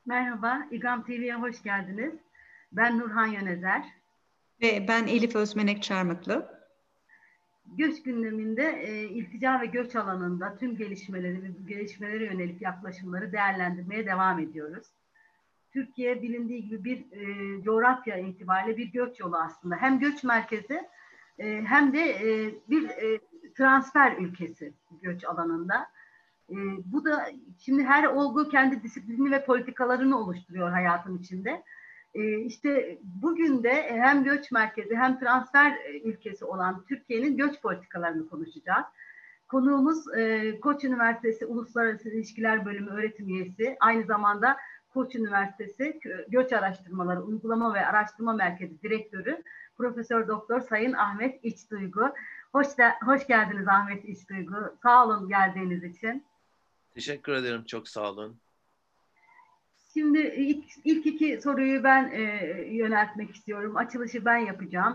Merhaba, İGAM TV'ye hoş geldiniz. Ben Nurhan Yönezer. Ve ben Elif Özmenek Çarmıklı. Göç gündeminde iltica ve göç alanında tüm gelişmeleri ve bu gelişmelere yönelik yaklaşımları değerlendirmeye devam ediyoruz. Türkiye bilindiği gibi bir coğrafya itibariyle bir göç yolu aslında. Hem göç merkezi hem de bir transfer ülkesi göç alanında. Bu da şimdi her olgu kendi disiplini ve politikalarını oluşturuyor hayatın içinde. İşte bugün de hem göç merkezi hem transfer ülkesi olan Türkiye'nin göç politikalarını konuşacağız. Konuğumuz Koç Üniversitesi Uluslararası İlişkiler Bölümü öğretim üyesi, aynı zamanda Koç Üniversitesi Göç Araştırmaları Uygulama ve Araştırma Merkezi Direktörü Profesör Doktor Sayın Ahmet İçduygu. Hoş geldiniz Ahmet İçduygu. Sağ olun geldiğiniz için. Teşekkür ederim. Çok sağ olun. Şimdi ilk iki soruyu ben yöneltmek istiyorum. Açılışı ben yapacağım.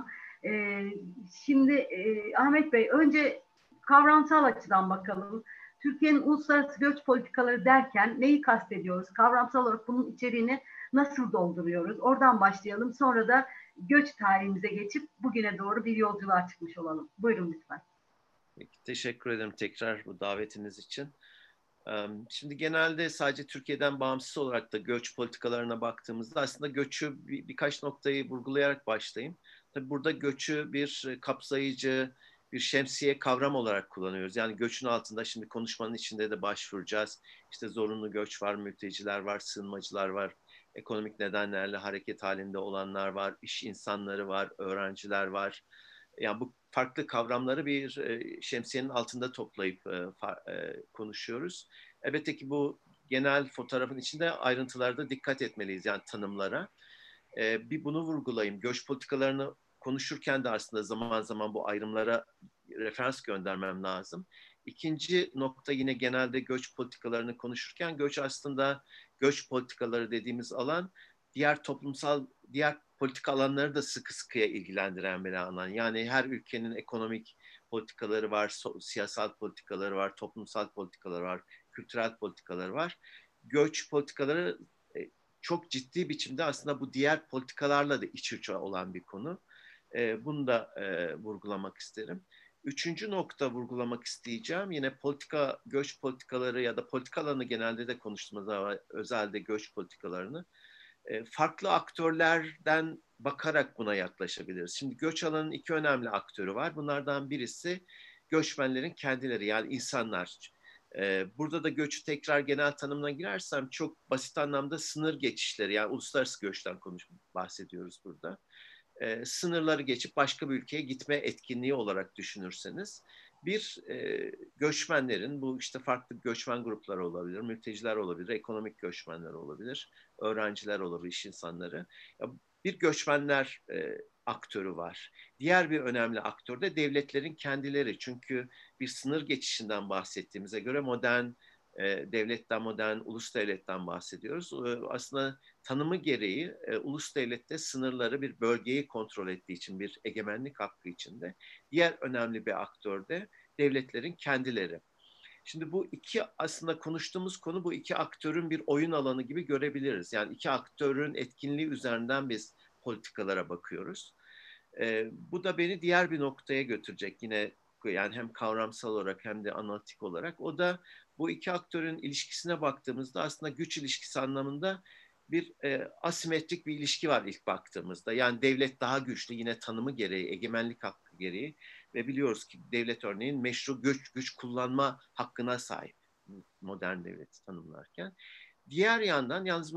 Şimdi Ahmet Bey, önce kavramsal açıdan bakalım. Türkiye'nin uluslararası göç politikaları derken neyi kastediyoruz? Kavramsal olarak bunun içeriğini nasıl dolduruyoruz? Oradan başlayalım. Sonra da göç tarihimize geçip bugüne doğru bir yolculuğa çıkmış olalım. Buyurun lütfen. Peki, teşekkür ederim tekrar bu davetiniz için. Şimdi genelde sadece Türkiye'den bağımsız olarak da göç politikalarına baktığımızda aslında göçü birkaç noktayı vurgulayarak başlayayım. Tabii burada göçü bir kapsayıcı, bir şemsiye kavram olarak kullanıyoruz. Yani göçün altında şimdi konuşmanın içinde de başvuracağız. İşte zorunlu göç var, mülteciler var, sığınmacılar var, ekonomik nedenlerle hareket halinde olanlar var, iş insanları var, öğrenciler var. Yani bu farklı kavramları bir şemsiyenin altında toplayıp konuşuyoruz. Elbette ki bu genel fotoğrafın içinde ayrıntılarda dikkat etmeliyiz, yani tanımlara. Bir bunu vurgulayayım. Göç politikalarını konuşurken de aslında zaman zaman bu ayrımlara referans göndermem lazım. İkinci nokta, yine genelde göç politikalarını konuşurken göç aslında, göç politikaları dediğimiz alan diğer politika alanları da sıkı sıkıya ilgilendiren bir alan. Yani her ülkenin ekonomik politikaları var, siyasal politikaları var, toplumsal politikaları var, kültürel politikaları var. Göç politikaları çok ciddi biçimde aslında bu diğer politikalarla da iç içe olan bir konu. Bunu da vurgulamak isterim. Üçüncü nokta vurgulamak isteyeceğim. Yine göç politikaları ya da politika alanı genelde de konuştuğumuzda özelde göç politikalarını farklı aktörlerden bakarak buna yaklaşabiliriz. Şimdi göç alanının iki önemli aktörü var. Bunlardan birisi göçmenlerin kendileri, yani insanlar. Burada da göçü tekrar genel tanımına girersem çok basit anlamda sınır geçişleri, yani uluslararası göçten bahsediyoruz burada. Sınırları geçip başka bir ülkeye gitme etkinliği olarak düşünürseniz göçmenlerin, bu işte farklı göçmen grupları olabilir, mülteciler olabilir, ekonomik göçmenler olabilir, öğrenciler olabilir, iş insanları. Bir göçmenler aktörü var. Diğer bir önemli aktör de devletlerin kendileri. Çünkü bir sınır geçişinden bahsettiğimize göre devletten, modern ulus devletten bahsediyoruz. Aslında tanımı gereği ulus devlette sınırları, bir bölgeyi kontrol ettiği için, bir egemenlik hakkı içinde. Diğer önemli bir aktör de devletlerin kendileri. Şimdi bu iki, aslında konuştuğumuz konu, bu iki aktörün bir oyun alanı gibi görebiliriz. Yani iki aktörün etkinliği üzerinden biz politikalara bakıyoruz. Bu da beni diğer bir noktaya götürecek yine, yani hem kavramsal olarak hem de analitik olarak. O da bu iki aktörün ilişkisine baktığımızda aslında güç ilişkisi anlamında bir asimetrik bir ilişki var ilk baktığımızda. Yani devlet daha güçlü, yine tanımı gereği, egemenlik hakkı gereği, ve biliyoruz ki devlet örneğin meşru güç kullanma hakkına sahip modern devleti tanımlarken. Diğer yandan yalnız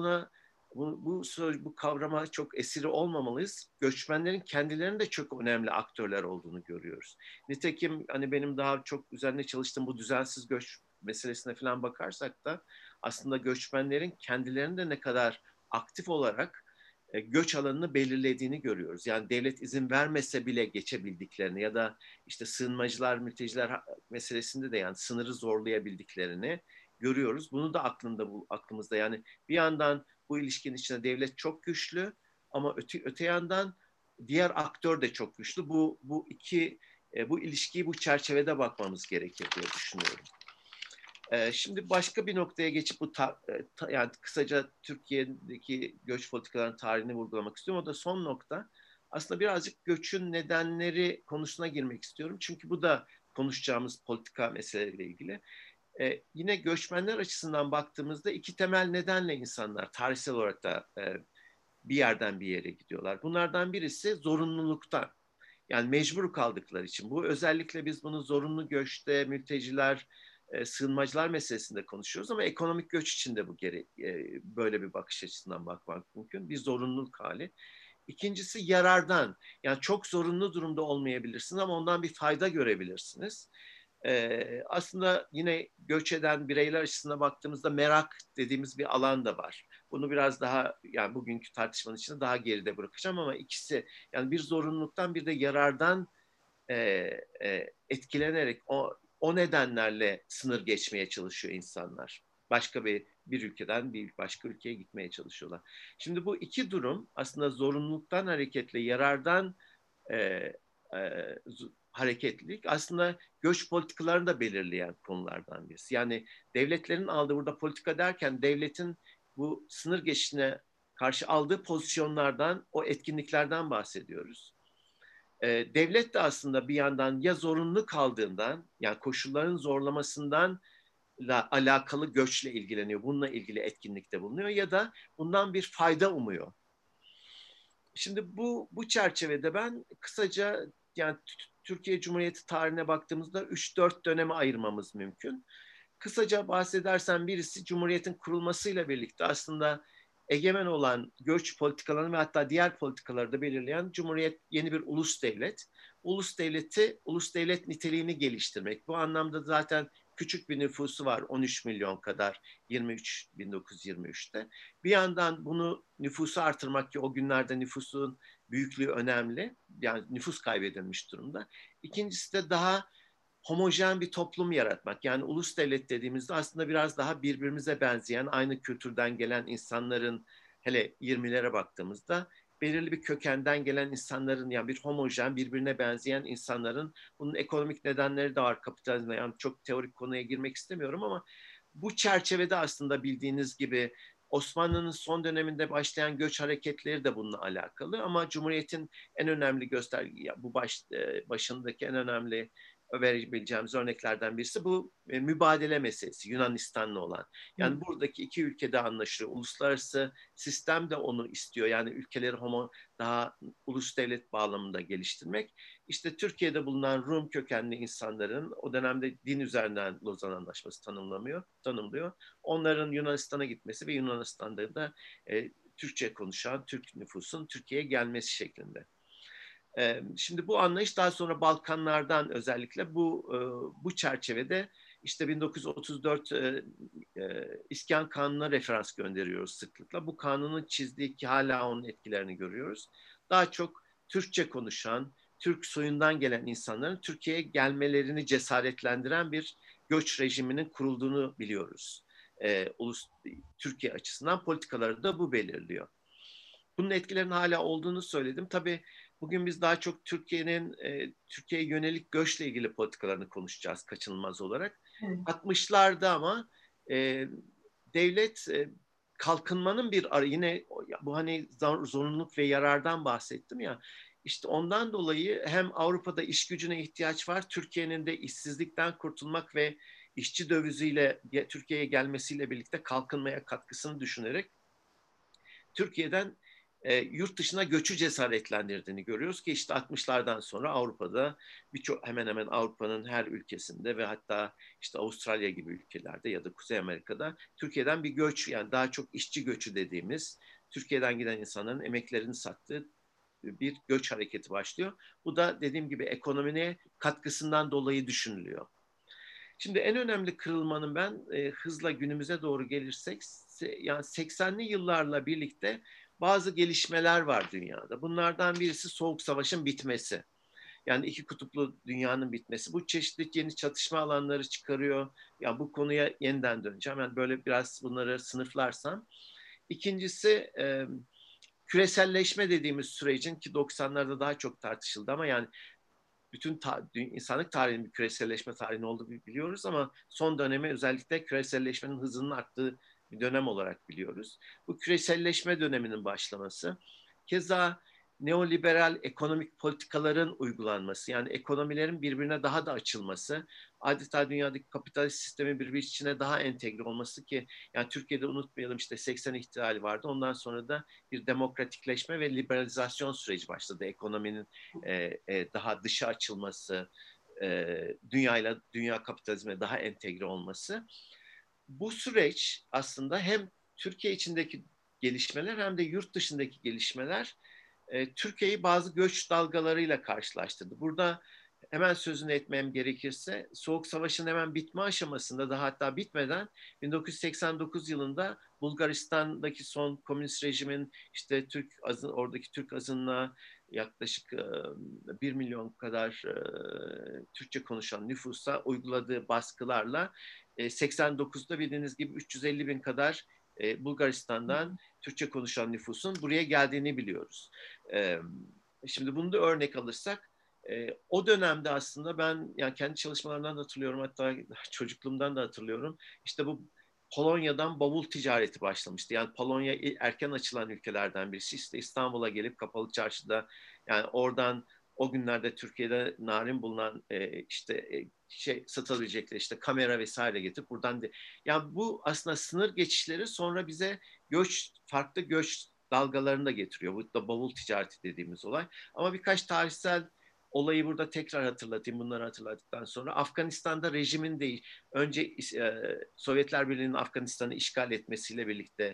bu kavrama çok esiri olmamalıyız. Göçmenlerin kendilerinin de çok önemli aktörler olduğunu görüyoruz. Nitekim hani benim daha çok üzerine çalıştığım bu düzensiz göç meselesine falan bakarsak da aslında göçmenlerin kendilerinin de ne kadar aktif olarak göç alanını belirlediğini görüyoruz. Yani devlet izin vermese bile geçebildiklerini, ya da işte sığınmacılar, mülteciler meselesinde de yani sınırı zorlayabildiklerini görüyoruz. Bunu da aklımızda, yani bir yandan bu ilişkinin içinde devlet çok güçlü, ama öte yandan diğer aktör de çok güçlü. Bu ilişkiyi bu çerçevede bakmamız gerekir diye düşünüyorum. Şimdi başka bir noktaya geçip bu yani kısaca Türkiye'deki göç politikalarının tarihini vurgulamak istiyorum. O da son nokta. Aslında birazcık göçün nedenleri konusuna girmek istiyorum. Çünkü bu da konuşacağımız politika meseleleriyle ilgili. Yine göçmenler açısından baktığımızda iki temel nedenle insanlar tarihsel olarak da bir yerden bir yere gidiyorlar. Bunlardan birisi zorunluluktan. Yani mecbur kaldıkları için. Bu özellikle biz bunu zorunlu göçte, mülteciler, sığınmacılar meselesinde konuşuyoruz ama ekonomik göç için de bu böyle bir bakış açısından bakmak mümkün. Bir zorunluluk hali. İkincisi yarardan. Yani çok zorunlu durumda olmayabilirsiniz ama ondan bir fayda görebilirsiniz. Aslında yine göç eden bireyler açısından baktığımızda merak dediğimiz bir alan da var. Bunu biraz daha yani bugünkü tartışmanın içinde daha geride bırakacağım ama ikisi yani bir zorunluluktan bir de yarardan e, etkilenerek o nedenlerle sınır geçmeye çalışıyor insanlar. Başka bir ülkeden bir başka ülkeye gitmeye çalışıyorlar. Şimdi bu iki durum aslında zorunluluktan hareketle yarardan e, hareketlilik aslında göç politikalarını da belirleyen konulardan birisi. Yani devletlerin aldığı burada politika derken devletin bu sınır geçişine karşı aldığı pozisyonlardan, o etkinliklerden bahsediyoruz. Devlet de aslında bir yandan ya zorunlu kaldığından, yani koşulların zorlamasından alakalı göçle ilgileniyor, bununla ilgili etkinlikte bulunuyor ya da bundan bir fayda umuyor. Şimdi bu çerçevede ben kısaca yani Türkiye Cumhuriyeti tarihine baktığımızda 3-4 döneme ayırmamız mümkün. Kısaca bahsedersem birisi Cumhuriyet'in kurulmasıyla birlikte aslında egemen olan göç politikalarını ve hatta diğer politikaları da belirleyen Cumhuriyet yeni bir ulus devlet. Ulus devlet niteliğini geliştirmek. Bu anlamda zaten küçük bir nüfusu var 13 milyon kadar 1923'te. Bir yandan bunu nüfusu artırmak ki o günlerde nüfusun büyüklüğü önemli. Yani nüfus kaybedilmiş durumda. İkincisi de daha homojen bir toplum yaratmak. Yani ulus devlet dediğimizde aslında biraz daha birbirimize benzeyen, aynı kültürden gelen insanların hele 20'lere baktığımızda belirli bir kökenden gelen insanların yani bir homojen, birbirine benzeyen insanların bunun ekonomik nedenleri de var kapitalizmde. Yani çok teorik konuya girmek istemiyorum ama bu çerçevede aslında bildiğiniz gibi Osmanlı'nın son döneminde başlayan göç hareketleri de bununla alakalı ama Cumhuriyet'in en önemli başındaki en önemli verebileceğimiz örneklerden birisi bu mübadele meselesi Yunanistan'la olan. Yani buradaki iki ülkede anlaşılıyor. Uluslararası sistem de onu istiyor. Yani ülkeleri daha ulus devlet bağlamında geliştirmek. İşte Türkiye'de bulunan Rum kökenli insanların o dönemde din üzerinden Lozan Anlaşması tanımlıyor. Onların Yunanistan'a gitmesi ve Yunanistan'da da Türkçe konuşan Türk nüfusun Türkiye'ye gelmesi şeklinde. Şimdi bu anlayış daha sonra Balkanlardan özellikle bu çerçevede işte 1934 İskan Kanunu'na referans gönderiyoruz sıklıkla. Bu kanunun çizdiği ki hala onun etkilerini görüyoruz. Daha çok Türkçe konuşan, Türk soyundan gelen insanların Türkiye'ye gelmelerini cesaretlendiren bir göç rejiminin kurulduğunu biliyoruz. Türkiye açısından politikaları da bu belirliyor. Bunun etkilerinin hala olduğunu söyledim. Tabii bugün biz daha çok Türkiye'ye yönelik göçle ilgili politikalarını konuşacağız kaçınılmaz olarak. Evet. 60'larda ama devlet kalkınmanın yine bu hani zorunluluk ve yarardan bahsettim ya. İşte ondan dolayı hem Avrupa'da iş gücüne ihtiyaç var, Türkiye'nin de işsizlikten kurtulmak ve işçi döviziyle Türkiye'ye gelmesiyle birlikte kalkınmaya katkısını düşünerek Türkiye'den yurt dışına göçü cesaretlendirdiğini görüyoruz ki işte 60'lardan sonra Avrupa'da hemen hemen Avrupa'nın her ülkesinde ve hatta işte Avustralya gibi ülkelerde ya da Kuzey Amerika'da Türkiye'den bir göç yani daha çok işçi göçü dediğimiz Türkiye'den giden insanların emeklerini sattığı bir göç hareketi başlıyor. Bu da dediğim gibi ekonomiye katkısından dolayı düşünülüyor. Şimdi en önemli kırılmanın ben hızla günümüze doğru gelirsek yani 80'li yıllarla birlikte bazı gelişmeler var dünyada. Bunlardan birisi Soğuk Savaş'ın bitmesi. Yani iki kutuplu dünyanın bitmesi. Bu çeşitli yeni çatışma alanları çıkarıyor. Yani bu konuya yeniden döneceğim. Yani böyle biraz bunları sınıflarsam. İkincisi küreselleşme dediğimiz sürecin ki 90'larda daha çok tartışıldı ama yani bütün insanlık tarihinin bir küreselleşme tarihi olduğunu biliyoruz ama son dönemi özellikle küreselleşmenin hızının arttığı bir dönem olarak biliyoruz. Bu küreselleşme döneminin başlaması, keza neoliberal ekonomik politikaların uygulanması, yani ekonomilerin birbirine daha da açılması, adeta dünyadaki kapitalist sistemin birbiri içine daha entegre olması ki yani Türkiye'de unutmayalım işte 80 ihtilali vardı. Ondan sonra da bir demokratikleşme ve liberalizasyon süreci başladı. Ekonominin daha dışa açılması, dünya kapitalizme daha entegre olması. Bu süreç aslında hem Türkiye içindeki gelişmeler hem de yurt dışındaki gelişmeler Türkiye'yi bazı göç dalgalarıyla karşılaştırdı. Burada hemen sözünü etmem gerekirse Soğuk Savaş'ın hemen bitme aşamasında da hatta bitmeden 1989 yılında Bulgaristan'daki son komünist rejimin işte oradaki Türk azınlığa yaklaşık 1 milyon kadar Türkçe konuşan nüfusa uyguladığı baskılarla 89'da bildiğiniz gibi 350 bin kadar Bulgaristan'dan Türkçe konuşan nüfusun buraya geldiğini biliyoruz. Şimdi bunu da örnek alırsak o dönemde aslında ben yani kendi çalışmalarımdan da hatırlıyorum, hatta çocukluğumdan da hatırlıyorum. İşte bu Polonya'dan bavul ticareti başlamıştı. Yani Polonya erken açılan ülkelerden birisi. İşte İstanbul'a gelip Kapalı Çarşı'da yani oradan o günlerde Türkiye'de narin bulunan satılabilecekler işte kamera vesaire getirip buradan yani bu aslında sınır geçişleri sonra bize farklı göç dalgalarını da getiriyor. Bu da bavul ticareti dediğimiz olay. Ama birkaç tarihsel olayı burada tekrar hatırlatayım. Bunları hatırladıktan sonra Afganistan'da rejimin değil, önce Sovyetler Birliği'nin Afganistan'ı işgal etmesiyle birlikte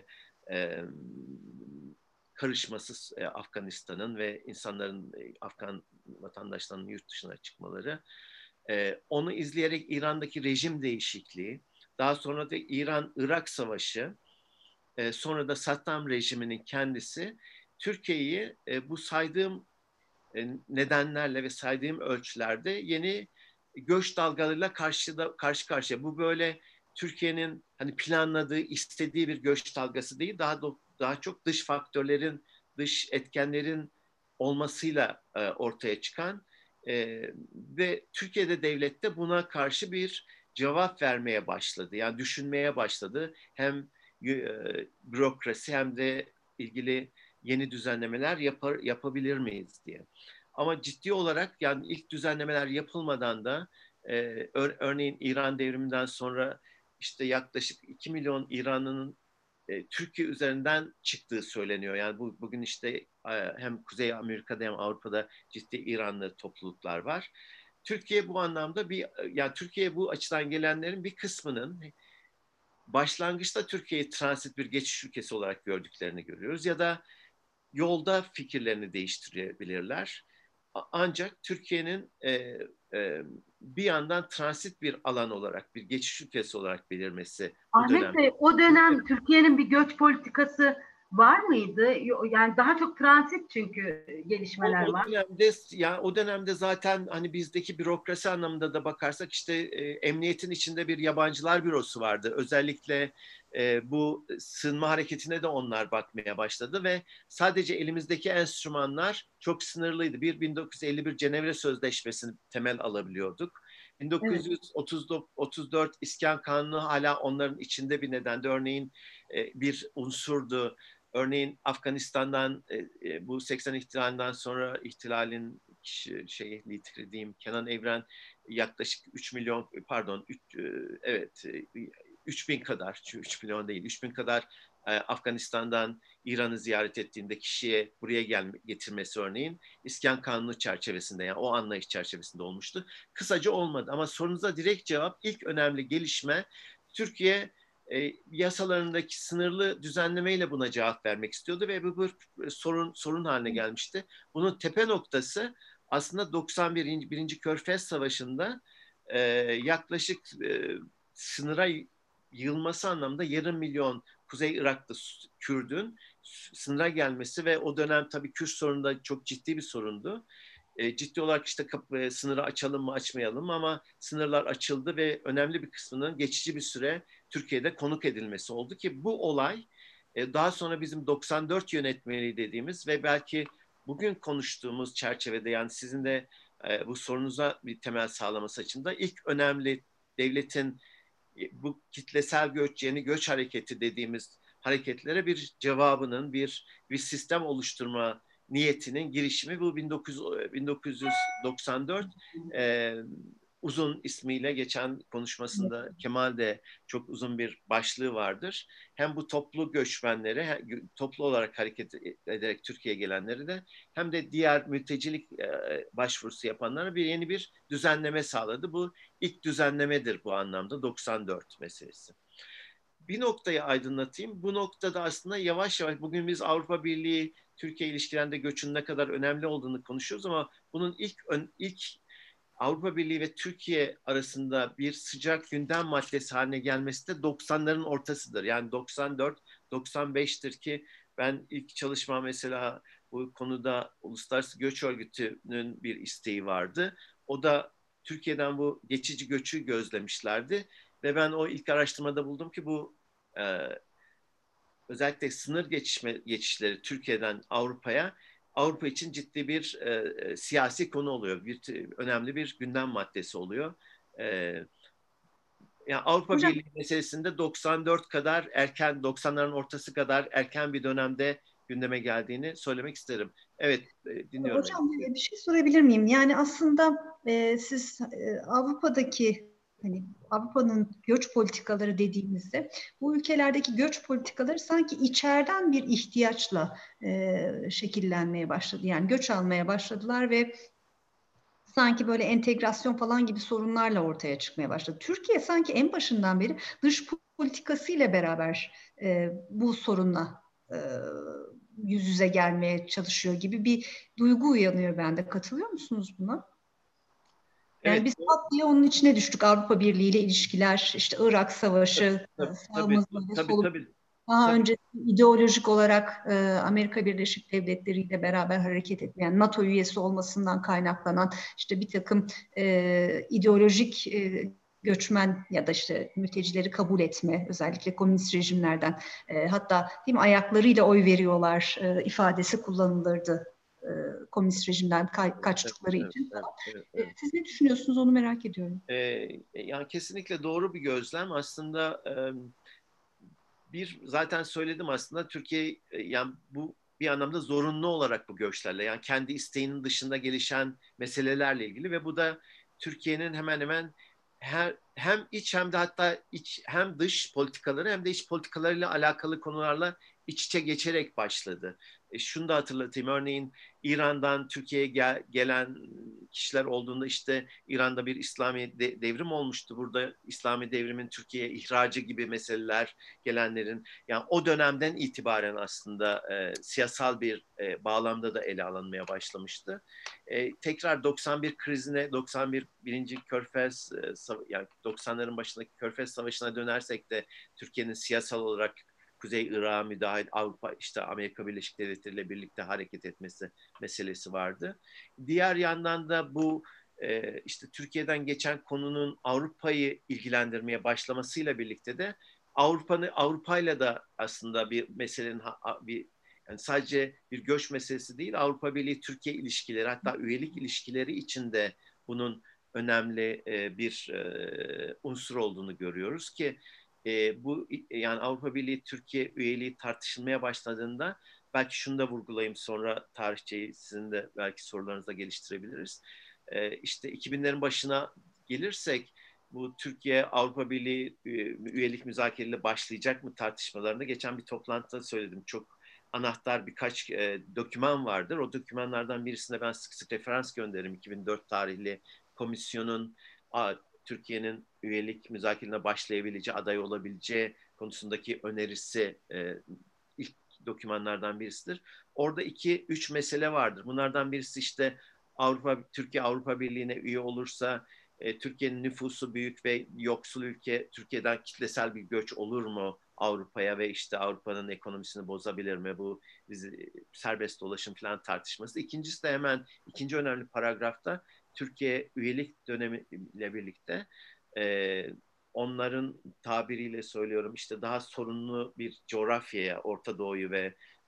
karışması Afganistan'ın ve insanların, Afgan vatandaşlarının yurt dışına çıkmaları, onu izleyerek İran'daki rejim değişikliği, daha sonra da İran-Irak Savaşı, sonra da Saddam rejiminin kendisi Türkiye'yi bu saydığım nedenlerle ve saydığım ölçülerde yeni göç dalgalarıyla karşı karşıya. Bu böyle Türkiye'nin hani planladığı, istediği bir göç dalgası değil, daha çok dış faktörlerin, dış etkenlerin olmasıyla ortaya çıkan ve Türkiye'de devlet de buna karşı bir cevap vermeye başladı. Yani düşünmeye başladı. Hem bürokrasi hem de ilgili yeni düzenlemeler yapabilir miyiz diye. Ama ciddi olarak yani ilk düzenlemeler yapılmadan da örneğin İran devriminden sonra işte yaklaşık 2 milyon İranlı'nın Türkiye üzerinden çıktığı söyleniyor. Yani bugün işte hem Kuzey Amerika'da hem Avrupa'da ciddi İranlı topluluklar var. Türkiye bu anlamda yani Türkiye bu açıdan gelenlerin bir kısmının başlangıçta Türkiye'yi transit bir geçiş ülkesi olarak gördüklerini görüyoruz ya da yolda fikirlerini değiştirebilirler. Ancak Türkiye'nin bir yandan transit bir alan olarak, bir geçiş ülkesi olarak belirmesi bu Ahmet dönem. Bey, o dönem Türkiye'nin bir göç politikası var mıydı? Yani daha çok transit çünkü gelişmeler var. O dönemde zaten hani bizdeki bürokrasi anlamında da bakarsak işte emniyetin içinde bir yabancılar bürosu vardı. Özellikle bu sığınma hareketine de onlar bakmaya başladı ve sadece elimizdeki enstrümanlar çok sınırlıydı. 1951 Cenevre Sözleşmesi'ni temel alabiliyorduk. 1934 İskan Kanunu hala onların içinde bir nedendi. Örneğin bir unsurdu. Örneğin Afganistan'dan bu 80 ihtilalinden sonra ihtilalin lideri diyeyim Kenan Evren yaklaşık 3 milyon pardon 3 bin kadar 3 milyon değil 3 bin kadar Afganistan'dan İran'ı ziyaret ettiğinde kişiye buraya getirmesi örneğin İskan Kanunu çerçevesinde yani o anlayış çerçevesinde olmuştu. Kısaca olmadı ama sorunuza direkt cevap ilk önemli gelişme Türkiye yasalarındaki sınırlı düzenlemeyle buna cevap vermek istiyordu ve bu bir sorun haline gelmişti. Bunun tepe noktası aslında 91. Körfez Savaşı'nda yaklaşık sınıra yığılması anlamda yarım milyon Kuzey Irak'ta Kürdün sınıra gelmesi ve o dönem tabii Kürt sorunu da çok ciddi bir sorundu. Ciddi olarak işte sınırı açalım mı açmayalım mı ama sınırlar açıldı ve önemli bir kısmının geçici bir süre Türkiye'de konuk edilmesi oldu ki bu olay daha sonra bizim 94 yönetmeliği dediğimiz ve belki bugün konuştuğumuz çerçevede yani sizin de bu sorunuza bir temel sağlaması açısından ilk önemli devletin bu kitlesel göç, yeni göç hareketi dediğimiz hareketlere bir cevabının, bir sistem oluşturma niyetinin girişimi bu 1994 uzun ismiyle geçen konuşmasında Kemal de çok uzun bir başlığı vardır. Hem bu toplu göçmenleri toplu olarak hareket ederek Türkiye'ye gelenleri de hem de diğer mültecilik başvurusu yapanlara yeni bir düzenleme sağladı. Bu ilk düzenlemedir bu anlamda 94 meselesi. Bir noktayı aydınlatayım. Bu noktada aslında yavaş yavaş bugün biz Avrupa Birliği Türkiye ilişkilerinde göçün ne kadar önemli olduğunu konuşuyoruz ama bunun ilk Avrupa Birliği ve Türkiye arasında bir sıcak gündem maddesi haline gelmesi de 90'ların ortasıdır. Yani 94-95'tir ki ben ilk çalışma mesela bu konuda Uluslararası Göç Örgütü'nün bir isteği vardı. O da Türkiye'den bu geçici göçü gözlemişlerdi ve ben o ilk araştırmada buldum ki bu özellikle sınır geçişleri Türkiye'den Avrupa'ya Avrupa için ciddi bir siyasi konu oluyor. Önemli bir gündem maddesi oluyor. Yani Avrupa Hocam, Birliği meselesinde 94 kadar erken, 90'ların ortası kadar erken bir dönemde gündeme geldiğini söylemek isterim. Evet, dinliyorum hocam Elif. bir şey sorabilir miyim? Yani aslında siz Avrupa'daki hani Avrupa'nın göç politikaları dediğimizde bu ülkelerdeki göç politikaları sanki içeriden bir ihtiyaçla şekillenmeye başladı. Yani göç almaya başladılar ve sanki böyle entegrasyon falan gibi sorunlarla ortaya çıkmaya başladı. Türkiye sanki en başından beri dış politikasıyla beraber bu sorunla e, yüz yüze gelmeye çalışıyor gibi bir duygu uyanıyor bende. Katılıyor musunuz buna? Yani Evet, biz pat diye onun içine düştük. Avrupa Birliği ile ilişkiler, işte Irak Savaşı, tabii, sağımızda ve tabii, solumuzda. tabii, Daha tabii. önce ideolojik olarak Amerika Birleşik Devletleri ile beraber hareket etmeyen, NATO üyesi olmasından kaynaklanan işte bir takım ideolojik göçmen ya da işte mültecileri kabul etme, özellikle komünist rejimlerden, hatta değil mi, ayaklarıyla oy veriyorlar ifadesi kullanılırdı komünist rejimden Evet, kaçtıkları evet, için. evet, evet, evet. Siz ne düşünüyorsunuz, onu merak ediyorum. Yani kesinlikle doğru bir gözlem. Aslında zaten söyledim aslında Türkiye yani bu bir anlamda zorunlu olarak bu göçlerle yani kendi isteğinin dışında gelişen meselelerle ilgili ve bu da Türkiye'nin hemen hemen hem iç hem de hatta hem dış politikaları hem de iç politikalarıyla alakalı konularla iç içe geçerek başladı. Şunu da hatırlatayım. Örneğin İran'dan Türkiye'ye gelen kişiler olduğunda işte İran'da bir İslami devrim olmuştu. Burada İslami devrimin Türkiye'ye ihracı gibi meseleler gelenlerin yani o dönemden itibaren aslında siyasal bir bağlamda da ele alınmaya başlamıştı. Tekrar 91 krizine, 91 birinci Körfez yani 90'ların başındaki Körfez Savaşı'na dönersek de Türkiye'nin siyasal olarak Kuzey Irak'a müdahil Avrupa işte Amerika Birleşik Devletleri ile birlikte hareket etmesi meselesi vardı. Diğer yandan da bu işte Türkiye'den geçen konunun Avrupa'yı ilgilendirmeye başlamasıyla birlikte de Avrupa'yla da aslında bir meselenin yani sadece bir göç meselesi değil Avrupa Birliği Türkiye ilişkileri hatta üyelik ilişkileri içinde bunun önemli bir unsur olduğunu görüyoruz ki bu yani Avrupa Birliği Türkiye üyeliği tartışılmaya başladığında belki şunu da vurgulayayım sonra tarihçeyi sizin de belki sorularınızla geliştirebiliriz. İşte 2000'lerin başına gelirsek bu Türkiye Avrupa Birliği üyelik müzakereleri başlayacak mı tartışmalarında geçen bir toplantıda söyledim. Çok anahtar birkaç doküman vardır. O dokümanlardan birisine ben sık sık referans gönderirim. 2004 tarihli komisyonun Türkiye'nin üyelik müzakerelerine başlayabileceği, aday olabileceği konusundaki önerisi ilk dokümanlardan birisidir. Orada 2-3 mesele vardır. Bunlardan birisi işte Türkiye Avrupa Birliği'ne üye olursa Türkiye'nin nüfusu büyük ve yoksul ülke Türkiye'den kitlesel bir göç olur mu Avrupa'ya ve işte Avrupa'nın ekonomisini bozabilir mi bu serbest dolaşım falan tartışması. İkincisi de hemen ikinci önemli paragrafta Türkiye üyelik dönemiyle birlikte onların tabiriyle söylüyorum işte daha sorunlu bir coğrafyaya Orta Doğu'yu ve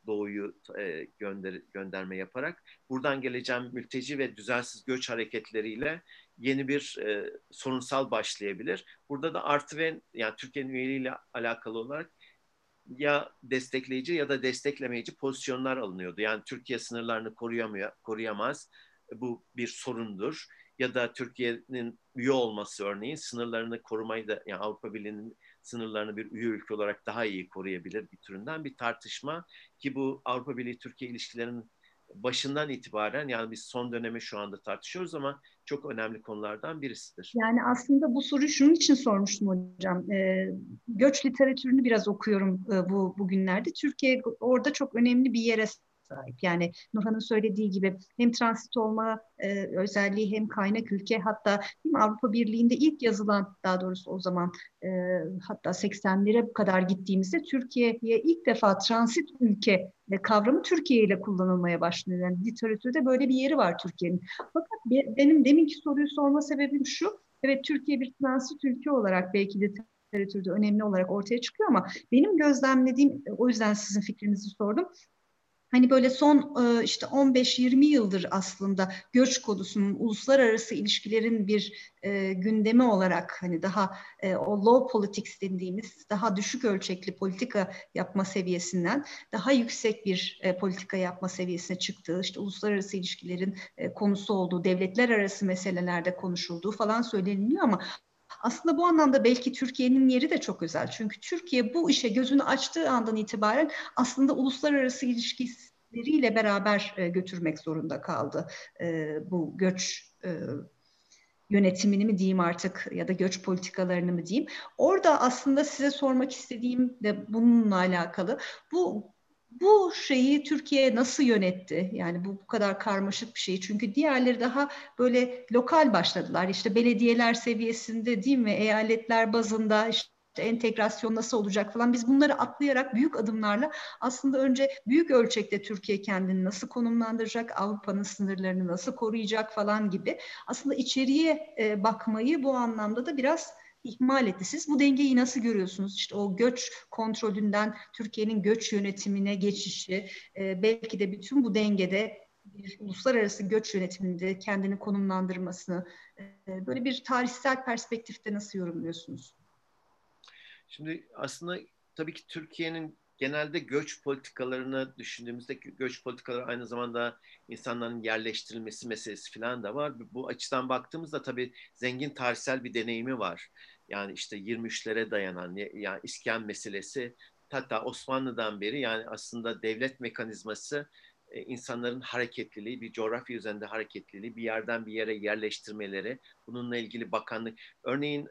doğuyu gönderme yaparak buradan geleceğim mülteci ve düzensiz göç hareketleriyle yeni bir sorunsal başlayabilir. Burada da artı ve yani Türkiye'nin üyeliğiyle alakalı olarak ya destekleyici ya da desteklemeyici pozisyonlar alınıyordu. Yani Türkiye sınırlarını koruyamaz. Bu bir sorundur. Ya da Türkiye'nin üye olması örneğin sınırlarını korumayı da yani Avrupa Birliği'nin sınırlarını bir üye ülke olarak daha iyi koruyabilir bir türünden bir tartışma ki bu Avrupa Birliği-Türkiye ilişkilerinin başından itibaren yani biz son dönemi şu anda tartışıyoruz ama çok önemli konulardan birisidir. Yani aslında bu soruyu şunun için sormuştum hocam. Göç literatürünü biraz okuyorum bugünlerde. Türkiye orada çok önemli bir yere sahip. Yani Nurhan'ın söylediği gibi hem transit olma özelliği hem kaynak ülke hatta değil mi, Avrupa Birliği'nde ilk yazılan daha doğrusu o zaman hatta 80'lere kadar gittiğimizde Türkiye'ye ilk defa transit ülke kavramı Türkiye ile kullanılmaya başlanıyor. Yani literatürde böyle bir yeri var Türkiye'nin. Fakat benim deminki soruyu sorma sebebim şu. Evet, Türkiye bir transit ülke olarak belki de literatürde önemli olarak ortaya çıkıyor ama benim gözlemlediğim, o yüzden sizin fikrinizi sordum. Hani böyle son işte 15-20 yıldır aslında göç konusunun uluslararası ilişkilerin bir gündemi olarak hani daha o low politics dediğimiz daha düşük ölçekli politika yapma seviyesinden daha yüksek bir politika yapma seviyesine çıktığı, işte uluslararası ilişkilerin konusu olduğu, devletler arası meselelerde konuşulduğu falan söyleniliyor ama aslında bu anlamda belki Türkiye'nin yeri de çok özel. Çünkü Türkiye bu işe gözünü açtığı andan itibaren aslında uluslararası ilişkileriyle beraber götürmek zorunda kaldı. Bu göç yönetimini mi diyeyim artık ya da göç politikalarını mı diyeyim. Orada aslında size sormak istediğim de bununla alakalı. Bu şeyi Türkiye nasıl yönetti? Yani bu kadar karmaşık bir şey. Çünkü diğerleri daha böyle lokal başladılar. İşte belediyeler seviyesinde değil mi? Eyaletler bazında işte entegrasyon nasıl olacak falan. Biz bunları atlayarak büyük adımlarla aslında önce büyük ölçekte Türkiye kendini nasıl konumlandıracak, Avrupa'nın sınırlarını nasıl koruyacak falan gibi. Aslında içeriye bakmayı bu anlamda da biraz ihmal etti. Siz bu dengeyi nasıl görüyorsunuz? İşte o göç kontrolünden Türkiye'nin göç yönetimine geçişi, belki de bütün bu dengede bir uluslararası göç yönetiminde kendini konumlandırmasını böyle bir tarihsel perspektifte nasıl yorumluyorsunuz? Şimdi aslında tabii ki Türkiye'nin genelde göç politikalarını düşündüğümüzde göç politikaları aynı zamanda insanların yerleştirilmesi meselesi falan da var. Bu açıdan baktığımızda tabii zengin tarihsel bir deneyimi var. Yani işte 23'lere dayanan yani iskan meselesi hatta Osmanlı'dan beri yani aslında devlet mekanizması insanların hareketliliği, bir coğrafya üzerinde hareketliliği, bir yerden bir yere yerleştirmeleri, bununla ilgili bakanlık. Örneğin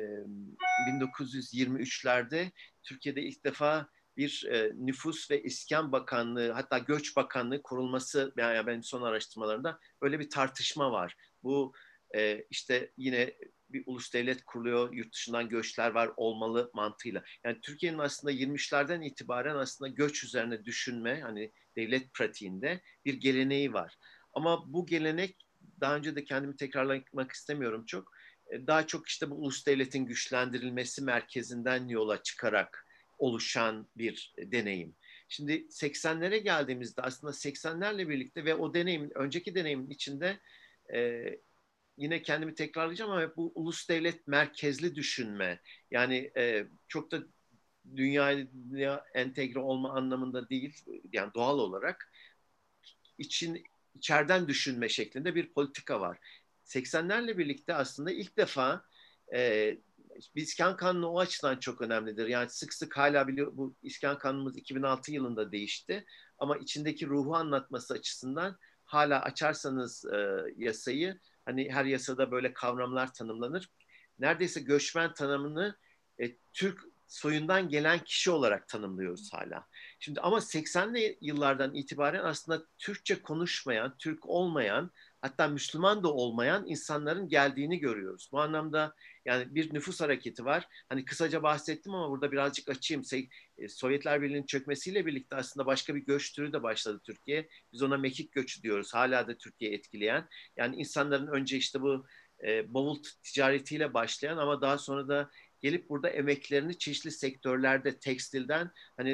1923'lerde Türkiye'de ilk defa bir nüfus ve iskan bakanlığı hatta göç bakanlığı kurulması yani benim son araştırmalarımda böyle bir tartışma var. Bu işte yine bir ulus devlet kuruluyor, yurt dışından göçler var olmalı mantığıyla. Yani Türkiye'nin aslında 23'lerden itibaren aslında göç üzerine düşünme hani devlet pratiğinde bir geleneği var. Ama bu gelenek daha önce de kendimi tekrarlamak istemiyorum çok. Daha çok işte bu ulus devletin güçlendirilmesi merkezinden yola çıkarak oluşan bir deneyim. Şimdi 80'lere geldiğimizde aslında 80'lerle birlikte ve o deneyimin, önceki deneyimin içinde yine kendimi tekrarlayacağım ama bu ulus devlet merkezli düşünme yani çok da dünyaya entegre olma anlamında değil yani doğal olarak içeriden düşünme şeklinde bir politika var. 80'lerle birlikte aslında ilk defa İskan Kanunu o açıdan çok önemlidir. Yani sık sık hala biliyor bu İskan Kanunumuz 2006 yılında değişti ama içindeki ruhu anlatması açısından hala açarsanız yasayı hani her yasada böyle kavramlar tanımlanır. Neredeyse göçmen tanımını Türk soyundan gelen kişi olarak tanımlıyoruz hala. Şimdi ama 80'li yıllardan itibaren aslında Türkçe konuşmayan, Türk olmayan, hatta Müslüman da olmayan insanların geldiğini görüyoruz. Bu anlamda yani bir nüfus hareketi var. Hani kısaca bahsettim ama burada birazcık açayım. Sovyetler Birliği'nin çökmesiyle birlikte aslında başka bir göç türü de başladı Türkiye. Biz ona mekik göçü diyoruz. Hala da Türkiye etkileyen. Yani insanların önce işte bu bavul ticaretiyle başlayan ama daha sonra da gelip burada emeklerini çeşitli sektörlerde tekstilden hani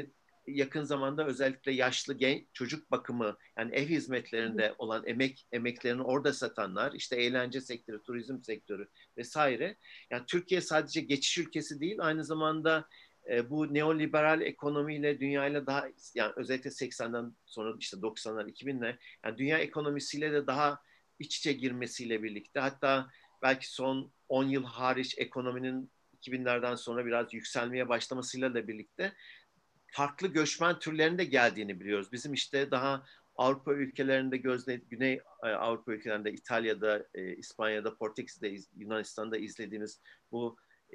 yakın zamanda özellikle yaşlı genç çocuk bakımı, yani ev hizmetlerinde olan emeklerini orada satanlar, işte eğlence sektörü, turizm sektörü vesaire. Yani Türkiye sadece geçiş ülkesi değil, aynı zamanda bu neoliberal ekonomiyle, dünyayla daha, yani özellikle 80'den sonra işte 90'lar 2000'ler, yani dünya ekonomisiyle de daha iç içe girmesiyle birlikte, hatta belki son 10 yıl hariç ekonominin 2000'lerden sonra biraz yükselmeye başlamasıyla da birlikte farklı göçmen türlerinde geldiğini biliyoruz. Bizim işte daha Avrupa ülkelerinde Güney Avrupa ülkelerinde, İtalya'da, İspanya'da, Portekiz'de, Yunanistan'da izlediğimiz bu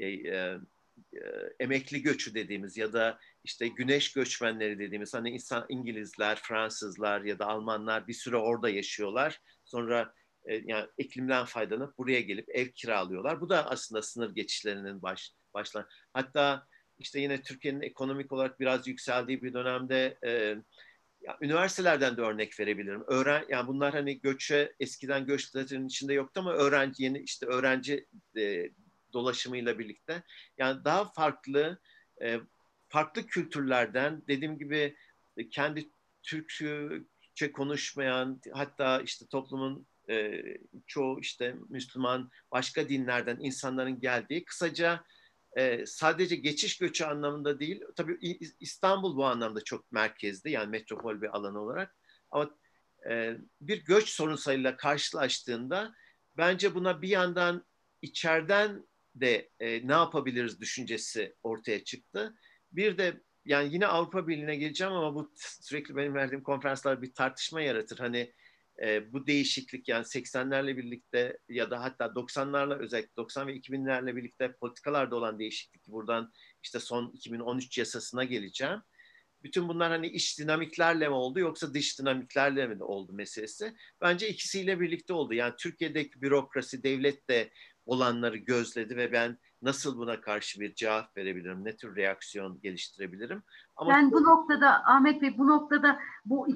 emekli göçü dediğimiz ya da işte güneş göçmenleri dediğimiz, hani İngilizler, Fransızlar ya da Almanlar bir süre orada yaşıyorlar. Sonra yani iklimden faydalanıp buraya gelip ev kiralıyorlar. Bu da aslında sınır geçişlerinin başlar. Hatta işte yine Türkiye'nin ekonomik olarak biraz yükseldiği bir dönemde ya, üniversitelerden de örnek verebilirim. Yani bunlar hani eskiden göç statüsünün içinde yoktu ama öğrenci dolaşımıyla birlikte yani daha farklı kültürlerden, dediğim gibi kendi Türkçe konuşmayan, hatta işte toplumun çoğu işte Müslüman, başka dinlerden insanların geldiği, kısaca sadece geçiş göçü anlamında değil, tabii İstanbul bu anlamda çok merkezli, yani metropol bir alan olarak, ama bir göç sorunlarıyla karşılaştığında bence buna bir yandan içeriden de ne yapabiliriz düşüncesi ortaya çıktı. Bir de yani yine Avrupa Birliği'ne geleceğim ama bu sürekli benim verdiğim konferanslar bir tartışma yaratır. Hani bu değişiklik, yani 80'lerle birlikte ya da hatta 90'larla, özellikle 90 ve 2000'lerle birlikte politikalarda olan değişiklik, buradan işte son 2013 yasasına geleceğim. Bütün bunlar hani iç dinamiklerle mi oldu yoksa dış dinamiklerle mi oldu meselesi? Bence ikisiyle birlikte oldu. Yani Türkiye'deki bürokrasi, devlet de olanları gözledi ve ben nasıl buna karşı bir cevap verebilirim, ne tür reaksiyon geliştirebilirim? Ama Yani bu noktada Ahmet Bey, bu noktada bu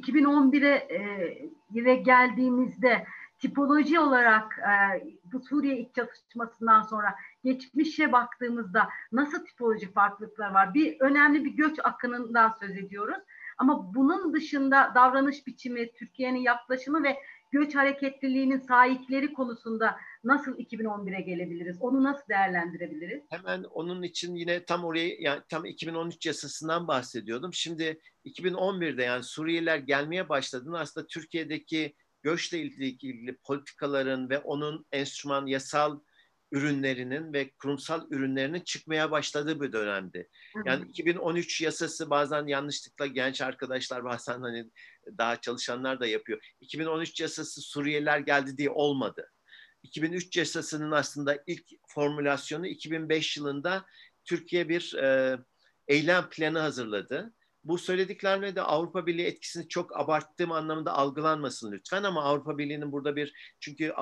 2011'e geldiğimizde tipoloji olarak bu Suriye iç çatışmasından sonra geçmişe baktığımızda nasıl tipoloji farklılıklar var? Bir önemli bir göç akınından söz ediyoruz. Ama bunun dışında davranış biçimi, Türkiye'nin yaklaşımı ve göç hareketliliğinin sahipleri konusunda nasıl 2011'e gelebiliriz? Onu nasıl değerlendirebiliriz? hemen onun için yine tam oraya, yani tam 2013 yasasından bahsediyordum. Şimdi 2011'de yani Suriyeliler gelmeye başladığında aslında Türkiye'deki göçle ilgili politikaların ve onun enstrüman yasal ürünlerinin ve kurumsal ürünlerinin çıkmaya başladığı bir dönemdi. Yani 2013 yasası, bazen yanlışlıkla genç arkadaşlar, bazen hani daha çalışanlar da yapıyor. 2013 yasası Suriyeliler geldi diye olmadı. 2003 yasasının aslında ilk formülasyonu 2005 yılında Türkiye bir eylem planı hazırladı. Bu söylediklerime de Avrupa Birliği etkisini çok abarttığım anlamında algılanmasın lütfen, ama Avrupa Birliği'nin burada çünkü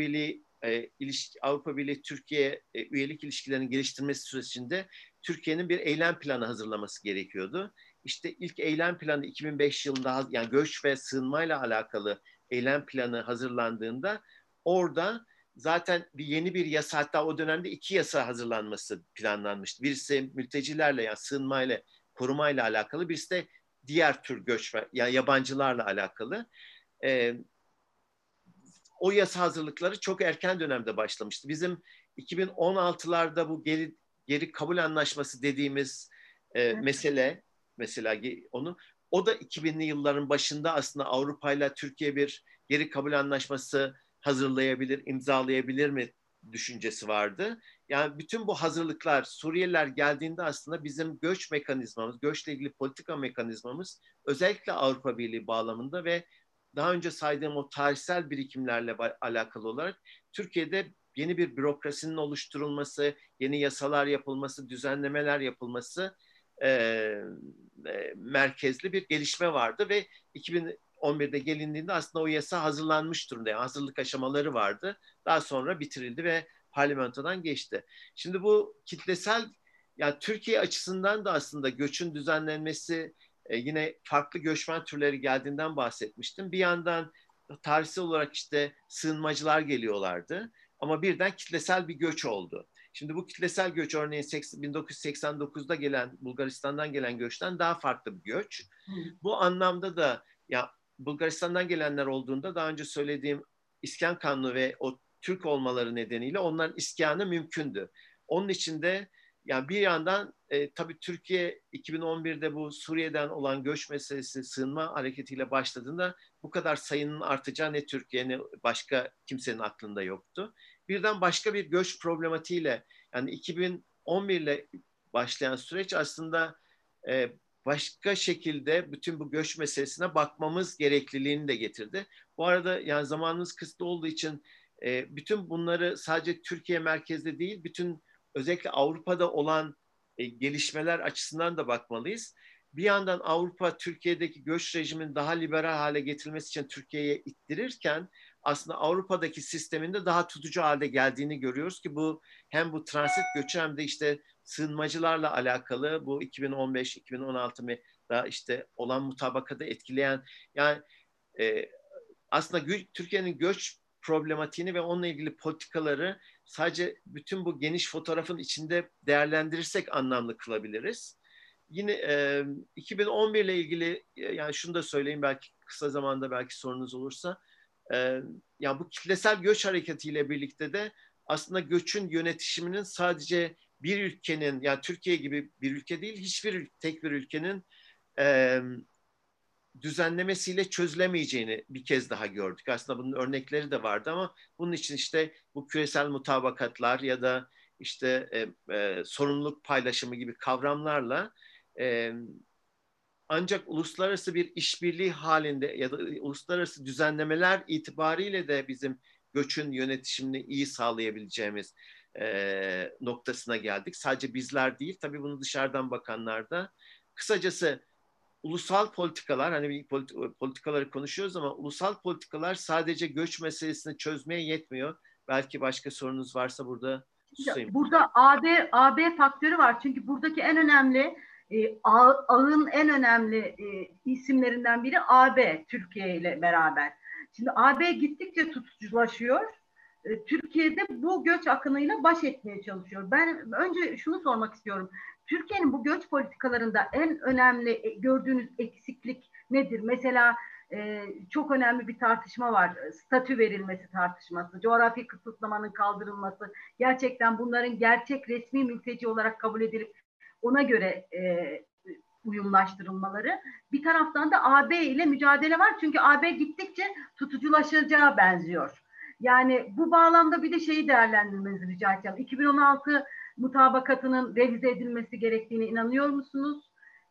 Avrupa Birliği Türkiye üyelik ilişkilerinin geliştirmesi sürecinde Türkiye'nin bir eylem planı hazırlaması gerekiyordu. İşte ilk eylem planı 2005 yılında, yani göç ve sığınmayla alakalı eylem planı hazırlandığında orada zaten yeni bir yasa, hatta o dönemde 2 yasa hazırlanması planlanmıştı. Birisi mültecilerle, yani sığınmayla, korumayla alakalı, birisi de diğer tür göçmen, yani yabancılarla alakalı. O yasa hazırlıkları çok erken dönemde başlamıştı. Bizim 2016'larda bu geri kabul anlaşması dediğimiz mesele, mesela o da 2000'li yılların başında aslında Avrupa ile Türkiye bir geri kabul anlaşması hazırlayabilir, imzalayabilir mi düşüncesi vardı. Yani bütün bu hazırlıklar, Suriyeliler geldiğinde aslında bizim göç mekanizmamız, göçle ilgili politika mekanizmamız özellikle Avrupa Birliği bağlamında ve daha önce saydığım o tarihsel birikimlerle alakalı olarak Türkiye'de yeni bir bürokrasinin oluşturulması, yeni yasalar yapılması, düzenlemeler yapılması merkezli bir gelişme vardı ve 2011'de gelindiğinde aslında o yasa hazırlanmış durumda. Yani hazırlık aşamaları vardı. Daha sonra bitirildi ve parlamentodan geçti. Şimdi bu kitlesel, yani Türkiye açısından da aslında göçün düzenlenmesi, yine farklı göçmen türleri geldiğinden bahsetmiştim. Bir yandan tarihsel olarak işte sığınmacılar geliyorlardı ama birden kitlesel bir göç oldu. Şimdi bu kitlesel göç örneğin 1989'da gelen Bulgaristan'dan gelen göçten daha farklı bir göç. Bu anlamda da ya Bulgaristan'dan gelenler olduğunda daha önce söylediğim iskan kanunu ve o Türk olmaları nedeniyle onların iskanı mümkündü. Onun için de yani bir yandan tabii Türkiye 2011'de bu Suriye'den olan göç meselesi sığınma hareketiyle başladığında bu kadar sayının artacağı ne Türkiye ne başka kimsenin aklında yoktu. Birden başka bir göç problematiğiyle yani 2011 ile başlayan süreç aslında başka şekilde bütün bu göç meselesine bakmamız gerekliliğini de getirdi. Bu arada yani zamanımız kısıtlı olduğu için bütün bunları sadece Türkiye merkezli değil, bütün özellikle Avrupa'da olan gelişmeler açısından da bakmalıyız. Bir yandan Avrupa Türkiye'deki göç rejimin daha liberal hale getirilmesi için Türkiye'ye ittirirken aslında Avrupa'daki sisteminde daha tutucu hale geldiğini görüyoruz ki bu hem bu transit göçü hem de işte sığınmacılarla alakalı bu 2015-2016'da işte olan mutabakatı etkileyen yani aslında Türkiye'nin göç problematiğini ve onunla ilgili politikaları sadece bütün bu geniş fotoğrafın içinde değerlendirirsek anlamlı kılabiliriz. Yine 2011 ile ilgili yani şunu da söyleyeyim belki kısa zamanda belki sorunuz olursa yani bu kitlesel göç hareketiyle birlikte de aslında göçün yönetişiminin sadece bir ülkenin yani Türkiye gibi bir ülke değil tek bir ülkenin düzenlemesiyle çözülemeyeceğini bir kez daha gördük. Aslında bunun örnekleri de vardı ama bunun için işte bu küresel mutabakatlar ya da işte sorumluluk paylaşımı gibi kavramlarla ancak uluslararası bir işbirliği halinde ya da uluslararası düzenlemeler itibariyle de bizim göçün yönetişimini iyi sağlayabileceğimiz noktasına geldik. Sadece bizler değil, tabii bunu dışarıdan bakanlar da. Kısacası ulusal politikalar, hani politikaları konuşuyoruz ama ulusal politikalar sadece göç meselesini çözmeye yetmiyor. Belki başka sorunuz varsa burada susayım. Burada AB faktörü var. Çünkü buradaki en önemli ağın en önemli isimlerinden biri AB, Türkiye ile beraber. Şimdi AB gittikçe tutuculaşıyor. Türkiye'de bu göç akınıyla baş etmeye çalışıyor. Ben önce şunu sormak istiyorum. Türkiye'nin bu göç politikalarında en önemli gördüğünüz eksiklik nedir? Mesela çok önemli bir tartışma var. Statü verilmesi tartışması, coğrafi kısıtlamanın kaldırılması, gerçekten bunların gerçek resmi mülteci olarak kabul edilip ona göre uyumlaştırılmaları. Bir taraftan da AB ile mücadele var. Çünkü AB gittikçe tutuculaşacağı benziyor. Yani bu bağlamda bir de şeyi değerlendirmenizi rica edeceğim. 2016 mutabakatının revize edilmesi gerektiğine inanıyor musunuz?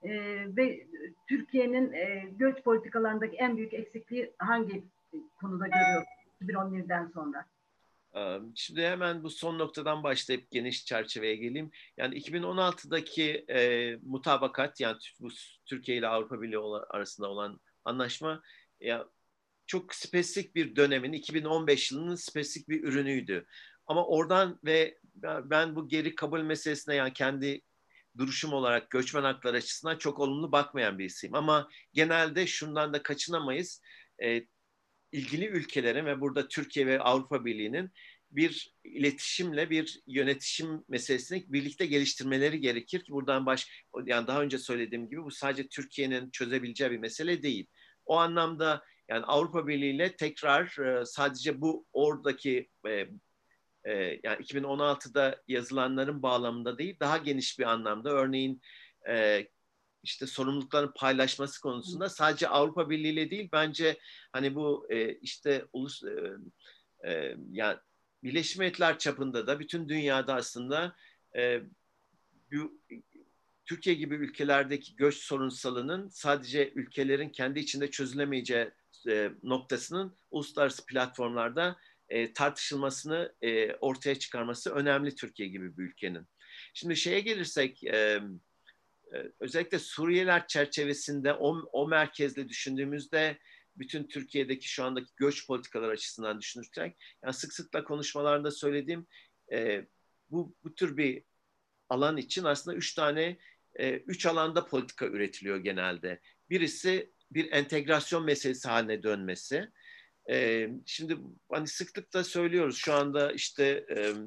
Ve Türkiye'nin göç politikalarındaki en büyük eksikliği hangi konuda görüyorsunuz 2011'den sonra? Şimdi hemen bu son noktadan başlayıp geniş çerçeveye geleyim. Yani 2016'daki mutabakat yani bu Türkiye ile Avrupa Birliği arasında olan anlaşma ya çok spesifik bir dönemin 2015 yılının spesifik bir ürünüydü. Ama oradan ve ben bu geri kabul meselesine yani kendi duruşum olarak göçmen hakları açısından çok olumlu bakmayan birisiyim. Ama genelde şundan da kaçınamayız. İlgili ülkelerin ve burada Türkiye ve Avrupa Birliği'nin bir iletişimle bir yönetişim meselesini birlikte geliştirmeleri gerekir ki buradan yani daha önce söylediğim gibi bu sadece Türkiye'nin çözebileceği bir mesele değil. O anlamda yani Avrupa Birliği ile tekrar sadece bu oradaki yani 2016'da yazılanların bağlamında değil daha geniş bir anlamda örneğin işte sorumlulukların paylaşması konusunda sadece Avrupa Birliği ile değil bence hani bu işte yani Birleşmiş Milletler çapında da bütün dünyada aslında bu Türkiye gibi ülkelerdeki göç sorunsalının sadece ülkelerin kendi içinde çözülemeyeceği noktasının uluslararası platformlarda tartışılmasını ortaya çıkarması önemli Türkiye gibi bir ülkenin. Şimdi şeye gelirsek özellikle Suriyeliler çerçevesinde o merkezle düşündüğümüzde bütün Türkiye'deki şu andaki göç politikaları açısından düşünürken yani sık sıkla konuşmalarında söylediğim bu tür bir alan için aslında üç alanda politika üretiliyor genelde. Birisi bir entegrasyon meselesi haline dönmesi. Şimdi hani sıklıkla söylüyoruz şu anda işte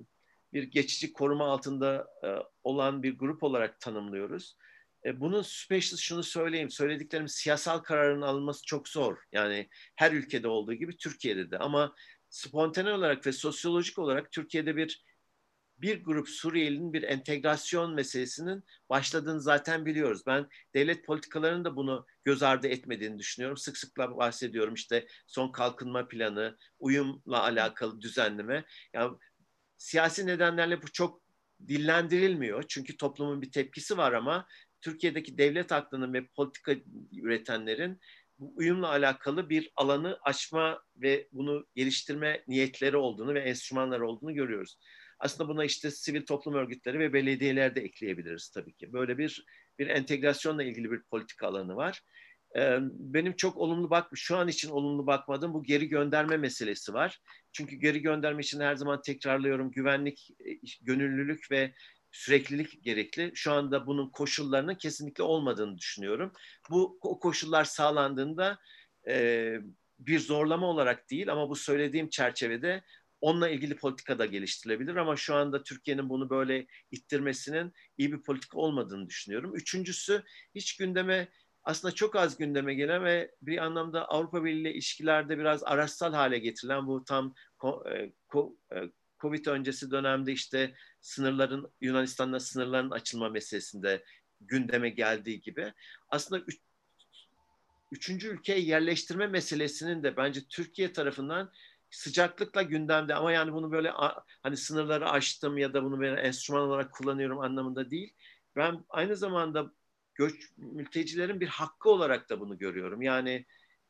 bir geçici koruma altında olan bir grup olarak tanımlıyoruz. Bunun special şunu söyleyeyim, söylediklerim siyasal kararın alınması çok zor. Yani her ülkede olduğu gibi Türkiye'de de, ama spontane olarak ve sosyolojik olarak Türkiye'de bir grup Suriyelinin bir entegrasyon meselesinin başladığını zaten biliyoruz. Ben devlet politikalarının da bunu göz ardı etmediğini düşünüyorum. Sık sıkla bahsediyorum, işte son kalkınma planı, uyumla alakalı düzenleme. Yani siyasi nedenlerle bu çok dillendirilmiyor. Çünkü toplumun bir tepkisi var, ama Türkiye'deki devlet aklının ve politika üretenlerin bu uyumla alakalı bir alanı açma ve bunu geliştirme niyetleri olduğunu ve enstrümanları olduğunu görüyoruz. Aslında buna işte sivil toplum örgütleri ve belediyeler de ekleyebiliriz tabii ki. Böyle bir entegrasyonla ilgili bir politika alanı var. Benim çok şu an için olumlu bakmadığım bu geri gönderme meselesi var. Çünkü geri gönderme için her zaman tekrarlıyorum, güvenlik, gönüllülük ve süreklilik gerekli. Şu anda bunun koşullarının kesinlikle olmadığını düşünüyorum. O koşullar sağlandığında bir zorlama olarak değil, ama bu söylediğim çerçevede onunla ilgili politika da geliştirilebilir, ama şu anda Türkiye'nin bunu böyle ittirmesinin iyi bir politika olmadığını düşünüyorum. Üçüncüsü, hiç gündeme, aslında çok az gündeme gelen ve bir anlamda Avrupa Birliği ile ilişkilerde biraz araçsal hale getirilen bu tam Covid öncesi dönemde işte Yunanistan'la sınırların açılma meselesinde gündeme geldiği gibi, aslında üçüncü ülkeye yerleştirme meselesinin de bence Türkiye tarafından sıcaklıkla gündemde, ama yani bunu böyle hani sınırları aştım ya da bunu böyle enstrüman olarak kullanıyorum anlamında değil. Ben aynı zamanda mültecilerin bir hakkı olarak da bunu görüyorum. Yani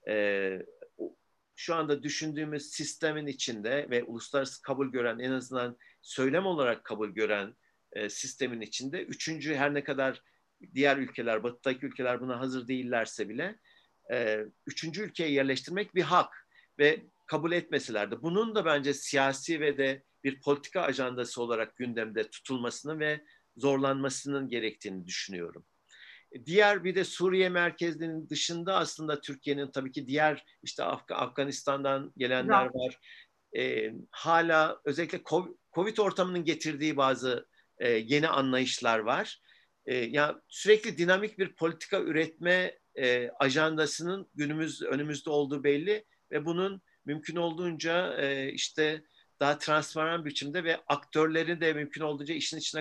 şu anda düşündüğümüz sistemin içinde ve uluslararası kabul gören, en azından söylem olarak kabul gören sistemin içinde üçüncü, her ne kadar diğer ülkeler, batıdaki ülkeler buna hazır değillerse bile üçüncü ülkeye yerleştirmek bir hak ve kabul etmeseler de bunun da bence siyasi ve de bir politika ajandası olarak gündemde tutulmasını ve zorlanmasının gerektiğini düşünüyorum. Diğer bir de Suriye merkezinin dışında aslında Türkiye'nin tabii ki diğer işte Afganistan'dan gelenler var. Hala özellikle Covid ortamının getirdiği bazı yeni anlayışlar var. Ya sürekli dinamik bir politika üretme ajandasının önümüzde olduğu belli ve bunun mümkün olduğunca işte daha transparan biçimde ve aktörleri de mümkün olduğunca işin içine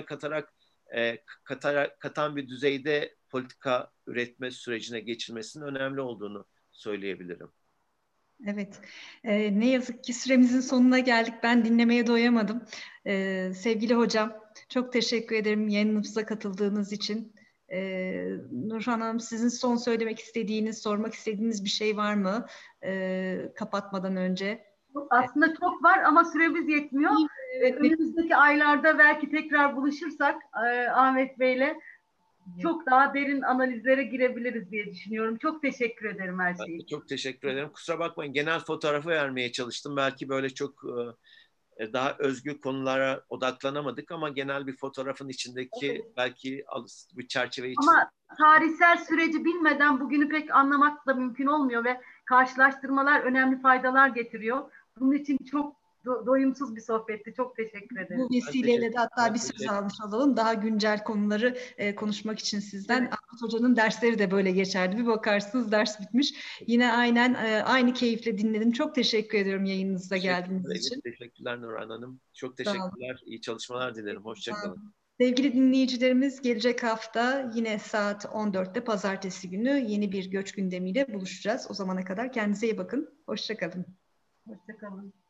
katan bir düzeyde politika üretme sürecine geçilmesinin önemli olduğunu söyleyebilirim. Evet, ne yazık ki süremizin sonuna geldik. Ben dinlemeye doyamadım. Sevgili hocam, çok teşekkür ederim yayınımıza katıldığınız için. Nurhan Hanım, sizin son söylemek istediğiniz, sormak istediğiniz bir şey var mı kapatmadan önce? Aslında çok var ama süremiz yetmiyor. Önümüzdeki aylarda belki tekrar buluşursak Ahmet Bey'le çok daha derin analizlere girebiliriz diye düşünüyorum. Çok teşekkür ederim her şey için. Çok teşekkür ederim. Kusura bakmayın, genel fotoğrafı vermeye çalıştım. Belki böyle çok daha özgür konulara odaklanamadık, ama genel bir fotoğrafın içindeki belki bir çerçeve için. Ama tarihsel süreci bilmeden bugünü pek anlamak da mümkün olmuyor ve karşılaştırmalar önemli faydalar getiriyor. Bunun için çok doyumsuz bir sohbetti. Çok teşekkür ederim. Bu vesileyle de hatta bir söz almış olalım. Daha güncel konuları konuşmak için sizden. Evet. Ahmet Hoca'nın dersleri de böyle geçerdi. Bir bakarsınız ders bitmiş. Yine aynen aynı keyifle dinledim. Çok teşekkür ediyorum yayınınıza geldiğiniz için. Teşekkürler Nurhan Hanım. Çok teşekkürler. İyi çalışmalar dilerim. Hoşçakalın. Sevgili dinleyicilerimiz, gelecek hafta yine saat 14'te pazartesi günü yeni bir göç gündemiyle buluşacağız. O zamana kadar kendinize iyi bakın. Hoşçakalın. Hoşçakalın.